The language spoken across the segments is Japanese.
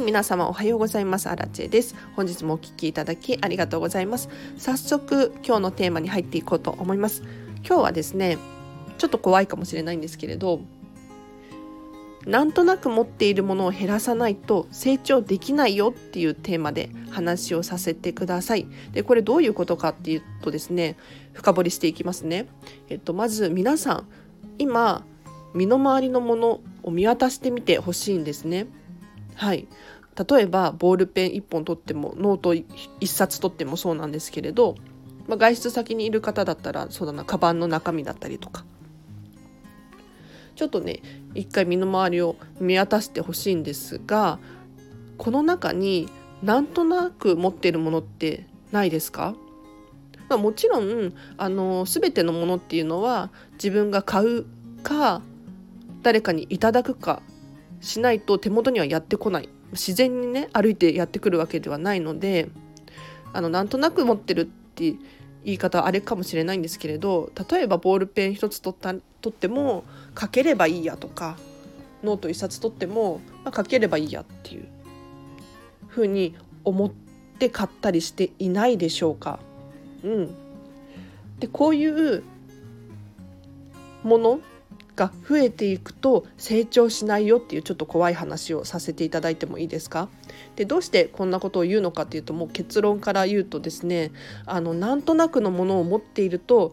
皆様おはようございます。アラチェです。本日もお聞きいただきありがとうございます。早速今日のテーマに入っていこうと思います。今日はですね、ちょっと怖いかもしれないんですけれど、なんとなく持っているものを減らさないと成長できないよっていうテーマで話をさせてください。で、これどういうことかっていうとですね、深掘りしていきますね。まず皆さん、今身の回りのものを見渡してみてほしいんですね。はい。例えばボールペン1本取ってもノート1冊取ってもそうなんですけれど、外出先にいる方だったらそうだな、カバンの中身だったりとか、ちょっとね一回身の回りを見渡してほしいんですが、この中になんとなく持っているものってないですか？もちろん全てのものっていうのは自分が買うか誰かにいただくかしないと手元にはやってこない、自然にね歩いてやってくるわけではないので、なんとなく持ってるって言い方はあれかもしれないんですけれど、例えばボールペン一つ取っても書ければいいやとか、ノート一冊取っても、書ければいいやっていうふうに思って買ったりしていないでしょうか。で、こういうものが増えていくと成長しないよっていうちょっと怖い話をさせていただいてもいいですか？で、どうしてこんなことを言うのかっていうと、もう結論から言うとですね、なんとなくのものを持っていると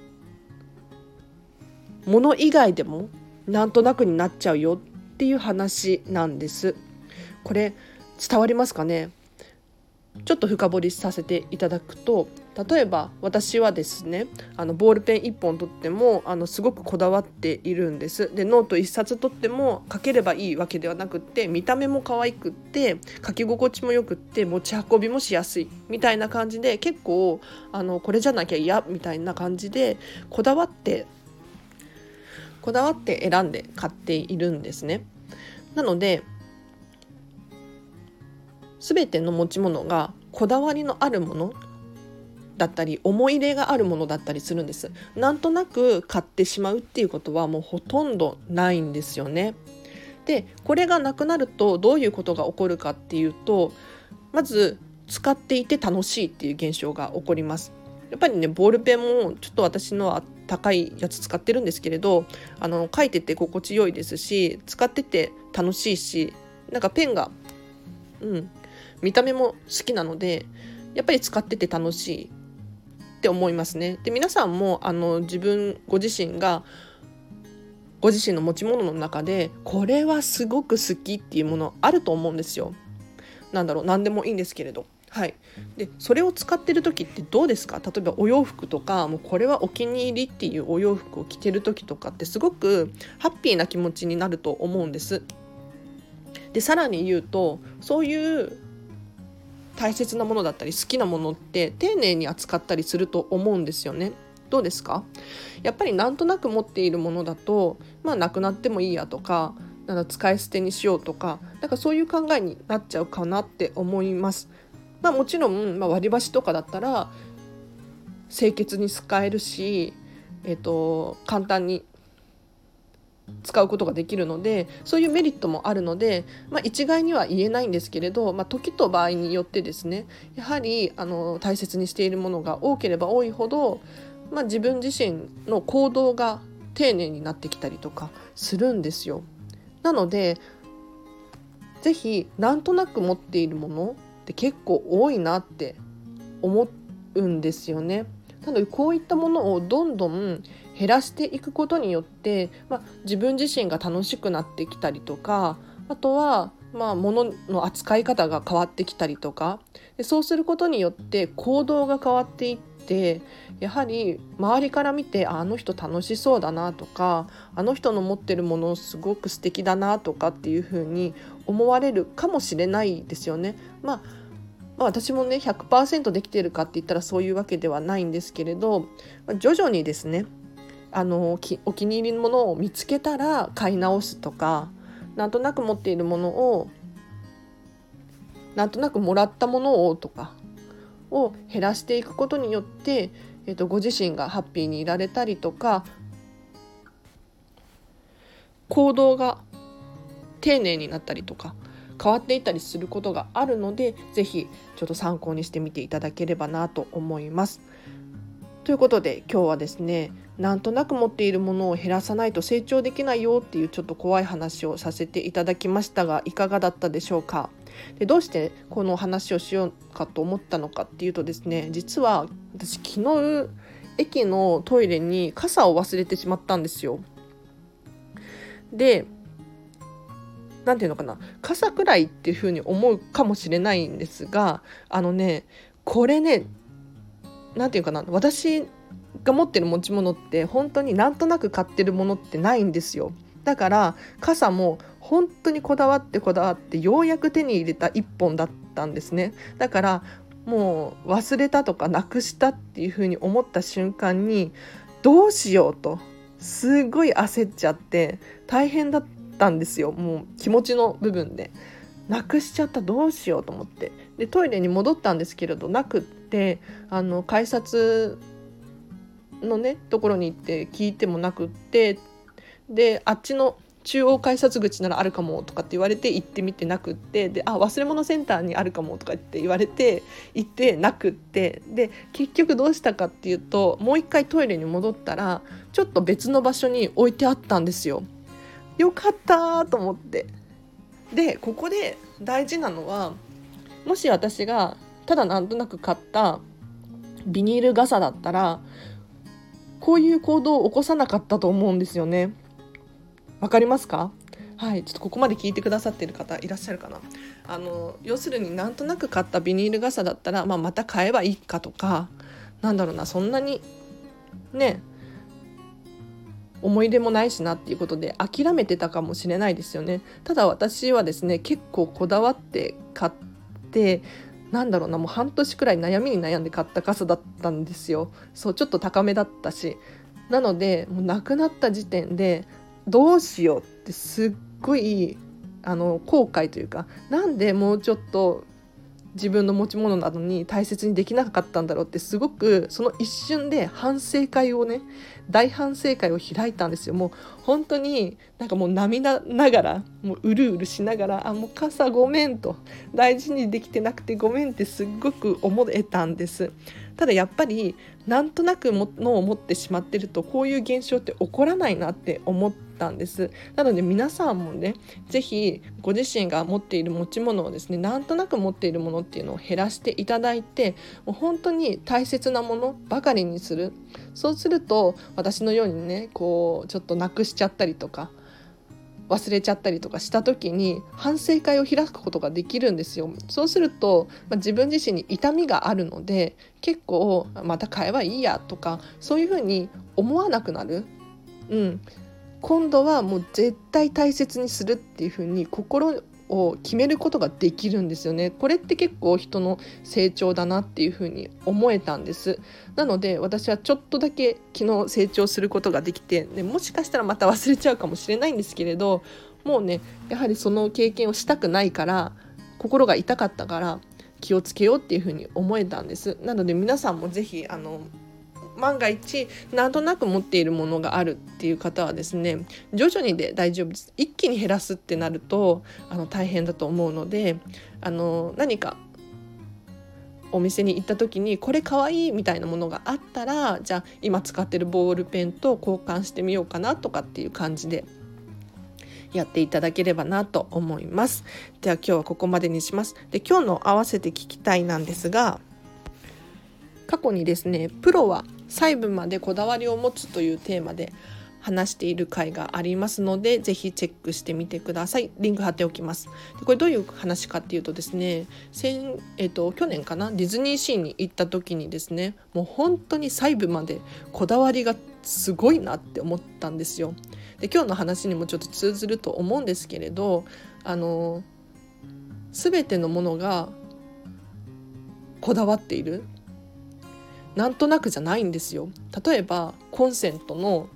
もの以外でもなんとなくになっちゃうよっていう話なんです。これ伝わりますかね？ちょっと深掘りさせていただくと、例えば私はですね、ボールペン1本取ってもすごくこだわっているんです。で、ノート1冊取っても書ければいいわけではなくって、見た目も可愛くって書き心地もよくって持ち運びもしやすいみたいな感じで、結構これじゃなきゃ嫌みたいな感じでこだわって選んで買っているんですね。なので全ての持ち物がこだわりのあるものだったり思い入れがあるものだったりするんです。なんとなく買ってしまうっていうことはもうほとんどないんですよね。で、これがなくなるとどういうことが起こるかっていうと、まず使っていて楽しいっていう現象が起こります。やっぱりね、ボールペンもちょっと私のは高いやつ使ってるんですけれど、書いてて心地よいですし、使ってて楽しいし、なんかペンが見た目も好きなので、やっぱり使ってて楽しいって思いますね。で、皆さんもご自身がご自身の持ち物の中でこれはすごく好きっていうものあると思うんですよ。何でもいいんですけれど、はい。で、それを使ってる時ってどうですか？例えばお洋服とか、もうこれはお気に入りっていうお洋服を着てる時とかってすごくハッピーな気持ちになると思うんです。で、さらに言うと、そういう大切なものだったり好きなものって丁寧に扱ったりすると思うんですよね。どうですか？やっぱりなんとなく持っているものだと、なくなってもいいやとか、使い捨てにしようとか、そういう考えになっちゃうかなって思います。もちろん、割り箸とかだったら清潔に使えるし、簡単に使うことができるので、そういうメリットもあるので、一概には言えないんですけれど、時と場合によってですね、やはり大切にしているものが多ければ多いほど、自分自身の行動が丁寧になってきたりとかするんですよ。なのでぜひなんとなく持っているものって結構多いなって思うんですよね。なのでこういったものをどんどん減らしていくことによって、自分自身が楽しくなってきたりとか、あとは物の扱い方が変わってきたりとかで、そうすることによって行動が変わっていって、やはり周りから見てあの人楽しそうだなとか、あの人の持ってるものすごく素敵だなとかっていう風に思われるかもしれないですよね。私もね 100% できているかって言ったらそういうわけではないんですけれど、徐々にですね、お気に入りのものを見つけたら買い直すとか、なんとなく持っているものをなんとなくもらったものをとかを減らしていくことによって、ご自身がハッピーにいられたりとか、行動が丁寧になったりとか変変わっていったりすることがあるので、ぜひちょっと参考にしてみていただければなと思います。ということで今日はですね、なんとなく持っているものを減らさないと成長できないよっていうちょっと怖い話をさせていただきましたが、いかがだったでしょうか。でどうしてこの話をしようかと思ったのかっていうとですね、実は私昨日駅のトイレに傘を忘れてしまったんですよ。でなんていうのかな、傘くらいっていう風に思うかもしれないんですが、これね、なんていうかな、私が持ってる持ち物って本当になんとなく買ってるものってないんですよ。だから傘も本当にこだわってようやく手に入れた一本だったんですね。だからもう忘れたとかなくしたっていう風に思った瞬間にどうしようとすごい焦っちゃって大変だったんですよ。もう気持ちの部分でなくしちゃった、どうしようと思って、でトイレに戻ったんですけれどなくって、改札のねところに行って聞いてもなくって、であっちの中央改札口ならあるかもとかって言われて行ってみてなくって、で忘れ物センターにあるかもとかって言われて行ってなくって、で結局どうしたかっていうと、もう一回トイレに戻ったらちょっと別の場所に置いてあったんですよ。よかったと思って。でここで大事なのは、もし私がただなんとなく買ったビニール傘だったらこういう行動を起こさなかったと思うんですよね。わかりますか？はい、ちょっとここまで聞いてくださっている方いらっしゃるかな。要するになんとなく買ったビニール傘だったら、また買えばいいかとか、なんだろうな、そんなにね思い出もないしなっていうことで諦めてたかもしれないですよね。ただ私はですね、結構こだわって買って、なんだろうな、もう半年くらい悩みに悩んで買った傘だったんですよ。そう、ちょっと高めだったし、なのでもうなくなった時点でどうしようってすっごい後悔というか、なんでもうちょっと自分の持ち物なのに大切にできなかったんだろうって、すごくその一瞬で大反省会を開いたんですよ。もう本当になんかもう涙ながら、もううるうるしながら、もう傘ごめんと、大事にできてなくてごめんってすっごく思えたんです。ただやっぱりなんとなくものを持ってしまってるとこういう現象って起こらないなって思ったんです。なので皆さんもね、ぜひご自身が持っている持ち物をですね、なんとなく持っているものっていうのを減らしていただいて、もう本当に大切なものばかりにする。そうすると私のようにね、こうちょっとなくしちゃったりとか忘れちゃったりとかした時に反省会を開くことができるんですよ。そうすると、自分自身に痛みがあるので、結構また買えばいいやとかそういうふうに思わなくなる。今度はもう絶対大切にするっていうふうに心を決めることができるんですよね。これって結構人の成長だなっていうふうに思えたんです。なので私はちょっとだけ昨日成長することができて、もしかしたらまた忘れちゃうかもしれないんですけれど、もうねやはりその経験をしたくないから、心が痛かったから気をつけようっていうふうに思えたんです。なので皆さんもぜひ万が一なんとなく持っているものがあるっていう方はですね、徐々にで大丈夫です。一気に減らすってなると大変だと思うので、何かお店に行った時にこれかわいいみたいなものがあったら、じゃあ今使ってるボールペンと交換してみようかなとかっていう感じでやっていただければなと思います。では今日はここまでにします。で今日の合わせて聞きたいなんですが、過去にですね、プロは細部までこだわりを持つというテーマで話している回がありますので、ぜひチェックしてみてください。リンク貼っておきます。でこれどういう話かっていうとですね、去年かな、ディズニーシーに行った時にですね、もう本当に細部までこだわりがすごいなって思ったんですよ。で今日の話にもちょっと通ずると思うんですけれど、全てのものがこだわっている、なんとなくじゃないんですよ。例えばコンセントの、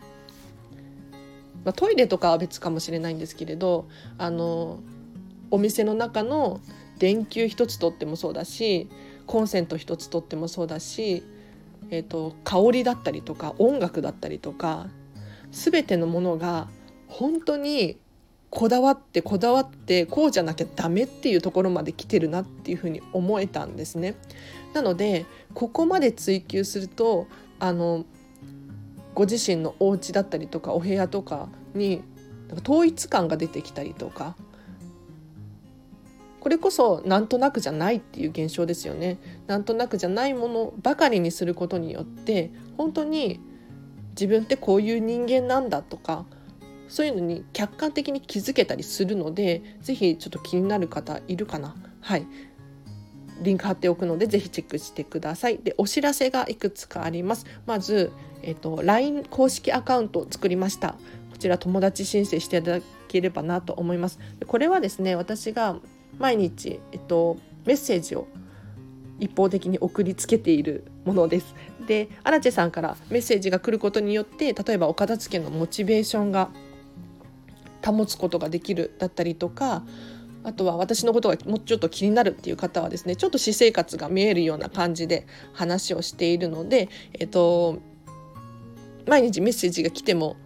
トイレとかは別かもしれないんですけれど、お店の中の電球一つとってもそうだし、コンセント一つとってもそうだし、香りだったりとか音楽だったりとか、全てのものが本当にこだわってこうじゃなきゃダメっていうところまで来てるなっていうふうに思えたんですね。なのでここまで追求するとご自身のお家だったりとかお部屋とかに統一感が出てきたりとか、これこそなんとなくじゃないっていう現象ですよね。なんとなくじゃないものばかりにすることによって本当に自分ってこういう人間なんだとか、そういうのに客観的に気づけたりするので、ぜひちょっと気になる方いるかな。はい、リンク貼っておくのでぜひチェックしてください。で、お知らせがいくつかあります。まず、LINE 公式アカウントを作りました。こちら友達申請していただければなと思います。これはですね、私が毎日、メッセージを一方的に送りつけているものです。で、アラチェさんからメッセージが来ることによって、例えばお片付けのモチベーションが保つことができるだったりとか、あとは私のことがもうちょっと気になるっていう方はですね、ちょっと私生活が見えるような感じで話をしているので、毎日メッセージが来ても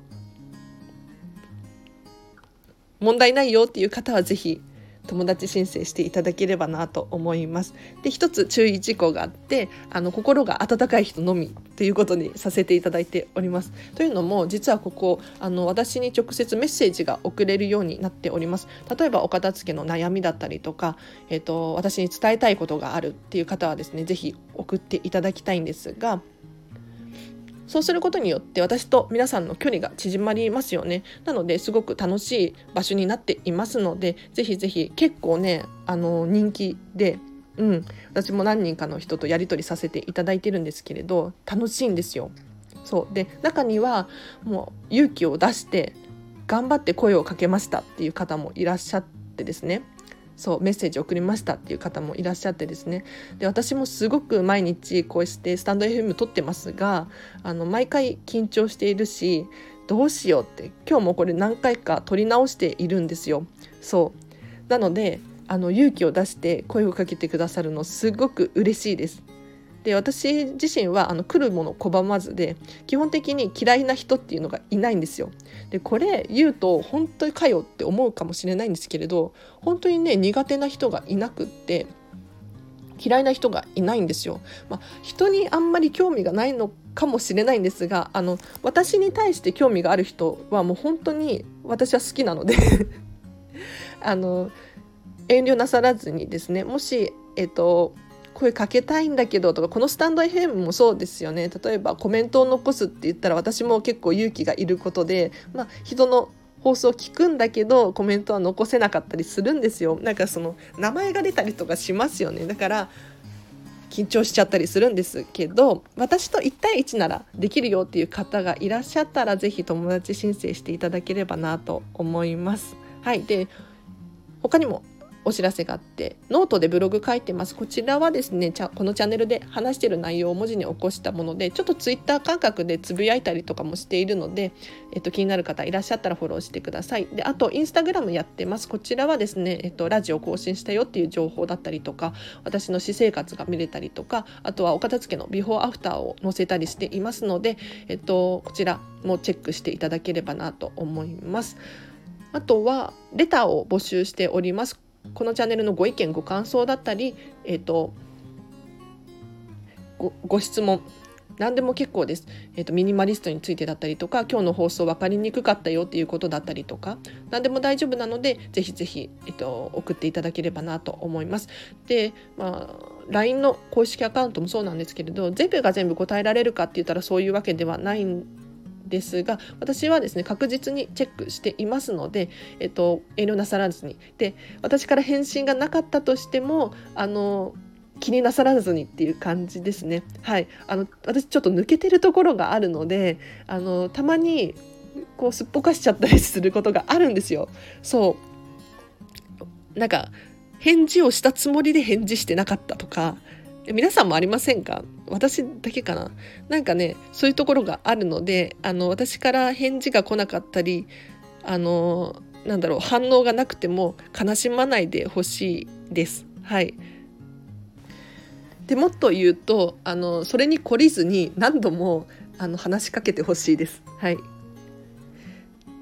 問題ないよっていう方はぜひ友達申請していただければなと思います。で、一つ注意事項があって、心が温かい人のみということにさせていただいております。というのも、実はここ私に直接メッセージが送れるようになっております。例えばお片付けの悩みだったりとか、私に伝えたいことがあるっていう方はですね、ぜひ送っていただきたいんですが、そうすることによって私と皆さんの距離が縮まりますよね。なのですごく楽しい場所になっていますので、ぜひぜひ、結構ね人気で、私も何人かの人とやり取りさせていただいてるんですけれど、楽しいんですよ。そうで、中にはもう勇気を出して頑張って声をかけましたっていう方もいらっしゃってですね、そうメッセージ送りましたっていう方もいらっしゃってですね、で、私もすごく毎日こうしてスタンド FM 撮ってますが、毎回緊張しているし、どうしようって、今日もこれ何回か撮り直しているんですよ。そうなので勇気を出して声をかけてくださるのすごく嬉しいです。で、私自身は来るもの拒まずで、基本的に嫌いな人っていうのがいないんですよ。で、これ言うと本当にかよって思うかもしれないんですけれど、本当にね、苦手な人がいなくって、嫌いな人がいないんですよ。人にあんまり興味がないのかもしれないんですが、私に対して興味がある人はもう本当に私は好きなので遠慮なさらずにですね、もし声かけたいんだけどとか、このスタンド FM もそうですよね。例えばコメントを残すって言ったら、私も結構勇気がいることで、人の放送を聞くんだけどコメントは残せなかったりするんですよ。なんかその名前が出たりとかしますよね。だから緊張しちゃったりするんですけど、私と1対1ならできるよっていう方がいらっしゃったら、ぜひ友達申請していただければなと思います。はい。で、他にもお知らせがあって、ノートでブログ書いてます。こちらはですね、このチャンネルで話している内容を文字に起こしたもので、ちょっとツイッター感覚でつぶやいたりとかもしているので、気になる方いらっしゃったらフォローしてください。で、あとインスタグラムやってます。こちらはですね、ラジオ更新したよっていう情報だったりとか、私の私生活が見れたりとか、あとはお片付けのビフォーアフターを載せたりしていますので、こちらもチェックしていただければなと思います。あとはレターを募集しております。このチャンネルのご意見ご感想だったり、ご質問何でも結構です。ミニマリストについてだったりとか、今日の放送分かりにくかったよっていうことだったりとか、何でも大丈夫なので、ぜひぜひ、送っていただければなと思います。で、LINE の公式アカウントもそうなんですけれど、全部が全部答えられるかって言ったらそういうわけではないんですが、私はですね、確実にチェックしていますので、遠慮なさらずに。で、私から返信がなかったとしても気になさらずにっていう感じですね。はい。私ちょっと抜けてるところがあるので、たまにこうすっぽかしちゃったりすることがあるんですよ。そう。なんか返事をしたつもりで返事してなかったとか、皆さんもありませんか？私だけかな。なんかね、そういうところがあるので、私から返事が来なかったり、反応がなくても悲しまないでほしいです。はい。でもっと言うと、それに懲りずに何度も話しかけてほしいです。はい。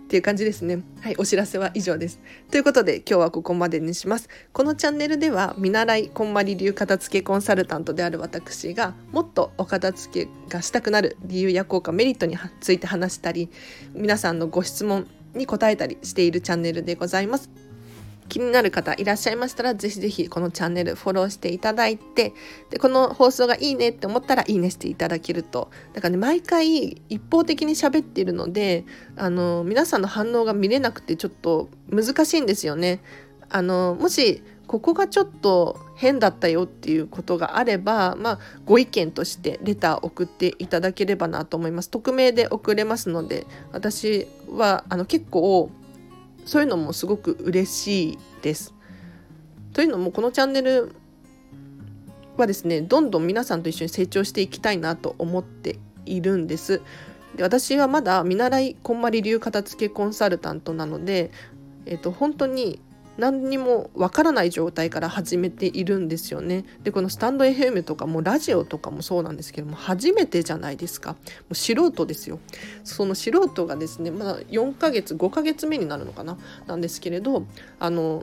っていう感じですね。はい、お知らせは以上です。ということで今日はここまでにします。このチャンネルでは見習いこんまり流片付けコンサルタントである私がもっとお片付けがしたくなる理由や効果、メリットについて話したり、皆さんのご質問に答えたりしているチャンネルでございます。気になる方いらっしゃいましたら、ぜひぜひこのチャンネルフォローしていただいて、でこの放送がいいねって思ったらいいねしていただけると、だからね、毎回一方的に喋っているので皆さんの反応が見れなくてちょっと難しいんですよね。もしここがちょっと変だったよっていうことがあれば、ご意見としてレター送っていただければなと思います。匿名で送れますので、私は結構そういうのもすごく嬉しいです。というのもこのチャンネルはですね、どんどん皆さんと一緒に成長していきたいなと思っているんです。で、私はまだ見習いこんまり流片付けコンサルタントなので、本当に何にもわからない状態から始めているんですよね。で、このスタンド FM とかもラジオとかもそうなんですけども、初めてじゃないですか。もう素人ですよ。その素人がですね、まだ4ヶ月5ヶ月目になるのかななんですけれど、も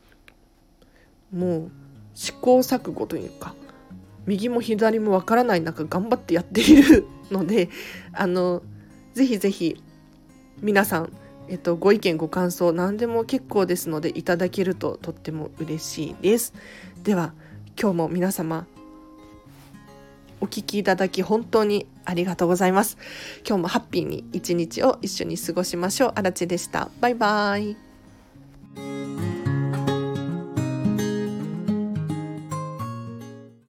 う試行錯誤というか、右も左もわからない中頑張ってやっているので、ぜひぜひ皆さんご意見ご感想何でも結構ですのでいただけるととっても嬉しいです。では今日も皆様お聞きいただき本当にありがとうございます。今日もハッピーに一日を一緒に過ごしましょう。あらちでした。バイバイ。